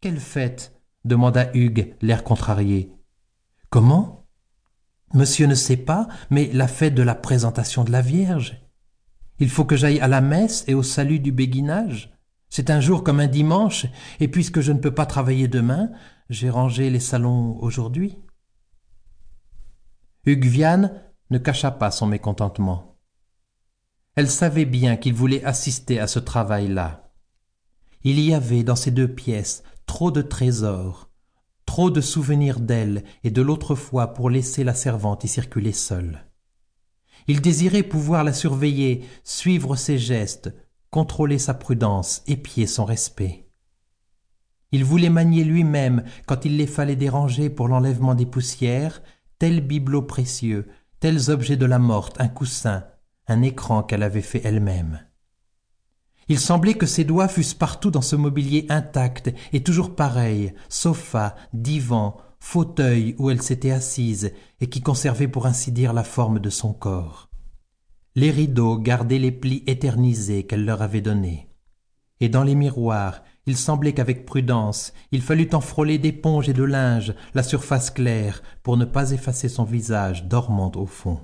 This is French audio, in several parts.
Quelle fête? Demanda Hugues, l'air contrarié. Comment? Monsieur ne sait pas, mais la fête de la présentation de la Vierge. Il faut que j'aille à la messe et au salut du béguinage. C'est un jour comme un dimanche, et puisque je ne peux pas travailler demain, j'ai rangé les salons aujourd'hui. Hugues Viane ne cacha pas son mécontentement. Elle savait bien qu'il voulait assister à ce travail-là. Il y avait dans ces deux pièces trop de trésors, trop de souvenirs d'elle et de l'autre fois pour laisser la servante y circuler seule. Il désirait pouvoir la surveiller, suivre ses gestes, contrôler sa prudence, épier son respect. Il voulait manier lui-même, quand il les fallait déranger pour l'enlèvement des poussières, tels bibelots précieux, tels objets de la morte, un coussin, un écran qu'elle avait fait elle-même. Il semblait que ses doigts fussent partout dans ce mobilier intact et toujours pareil, sofa, divan, fauteuil où elle s'était assise et qui conservait pour ainsi dire la forme de son corps. Les rideaux gardaient les plis éternisés qu'elle leur avait donnés. Et dans les miroirs, il semblait qu'avec prudence, il fallut en frôler d'éponges et de linge la surface claire pour ne pas effacer son visage dormant au fond.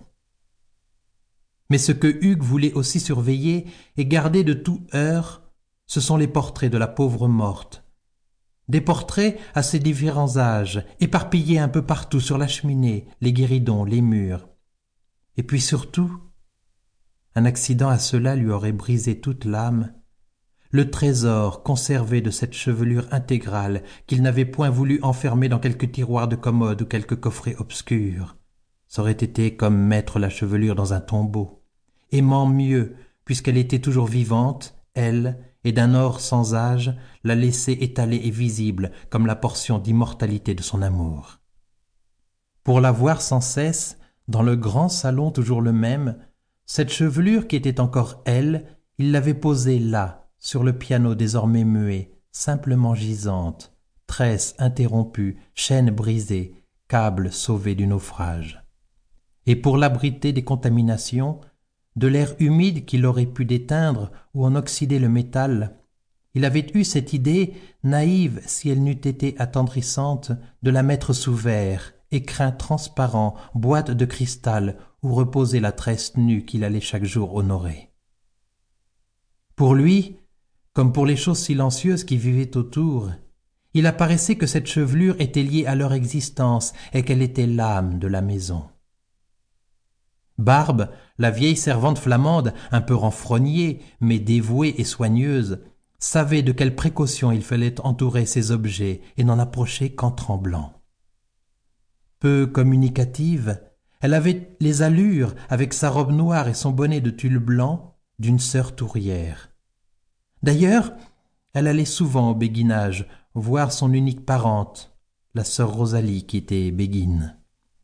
Mais ce que Hugues voulait aussi surveiller et garder de tout heurt, ce sont les portraits de la pauvre morte. Des portraits à ses différents âges, éparpillés un peu partout sur la cheminée, les guéridons, les murs. Et puis surtout, un accident à cela lui aurait brisé toute l'âme, le trésor conservé de cette chevelure intégrale qu'il n'avait point voulu enfermer dans quelque tiroir de commode ou quelque coffret obscur. Ça aurait été comme mettre la chevelure dans un tombeau. Aimant mieux, puisqu'elle était toujours vivante, elle, et d'un or sans âge, la laisser étalée et visible comme la portion d'immortalité de son amour. Pour la voir sans cesse, dans le grand salon toujours le même, cette chevelure qui était encore elle, il l'avait posée là, sur le piano désormais muet, simplement gisante, tresse interrompue, chaîne brisée, câble sauvé du naufrage. Et pour l'abriter des contaminations, de l'air humide qui l'aurait pu déteindre ou en oxyder le métal, il avait eu cette idée, naïve si elle n'eût été attendrissante, de la mettre sous verre, écrin transparent, boîte de cristal où reposait la tresse nue qu'il allait chaque jour honorer. Pour lui, comme pour les choses silencieuses qui vivaient autour, il apparaissait que cette chevelure était liée à leur existence et qu'elle était l'âme de la maison. Barbe, la vieille servante flamande, un peu renfrognée, mais dévouée et soigneuse, savait de quelles précautions il fallait entourer ces objets et n'en approcher qu'en tremblant. Peu communicative, elle avait les allures, avec sa robe noire et son bonnet de tulle blanc, d'une sœur tourière. D'ailleurs, elle allait souvent au béguinage, voir son unique parente, la sœur Rosalie qui était béguine.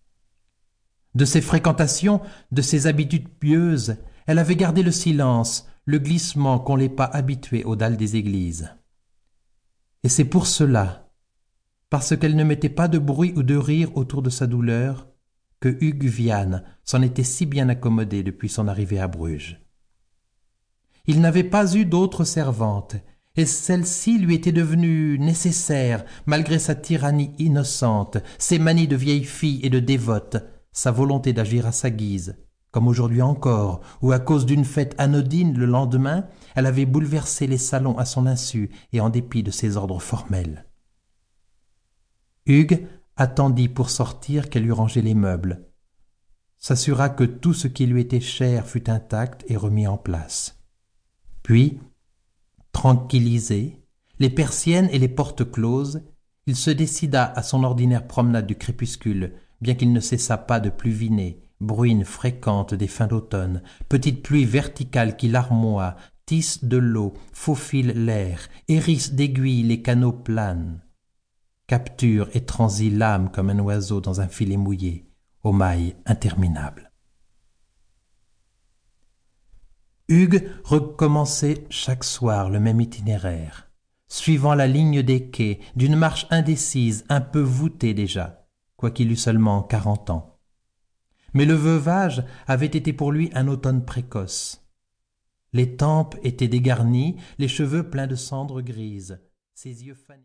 De ses fréquentations, de ses habitudes pieuses, elle avait gardé le silence, le glissement qu'ont les pas habitués aux dalles des églises. Et c'est pour cela, parce qu'elle ne mettait pas de bruit ou de rire autour de sa douleur, que Hugues Viane s'en était si bien accommodé depuis son arrivée à Bruges. Il n'avait pas eu d'autre servante, et celle-ci lui était devenue nécessaire, malgré sa tyrannie innocente, ses manies de vieille fille et de dévote, sa volonté d'agir à sa guise, comme aujourd'hui encore, où à cause d'une fête anodine le lendemain, elle avait bouleversé les salons à son insu et en dépit de ses ordres formels. Hugues attendit pour sortir qu'elle eût rangé les meubles, s'assura que tout ce qui lui était cher fut intact et remis en place. Puis, tranquillisé, les persiennes et les portes closes, il se décida à son ordinaire promenade du crépuscule, bien qu'il ne cessât pas de pluviner, bruine fréquente des fins d'automne, petite pluie verticale qui larmoie, tisse de l'eau, faufile l'air, hérisse d'aiguilles les canaux planent, capture et transit l'âme comme un oiseau dans un filet mouillé, aux mailles interminables. Hugues recommençait chaque soir le même itinéraire, suivant la ligne des quais, d'une marche indécise, un peu voûtée déjà, quoiqu'il eût seulement 40 ans. Mais le veuvage avait été pour lui un automne précoce. Les tempes étaient dégarnies, les cheveux pleins de cendres grises, ses yeux fanés.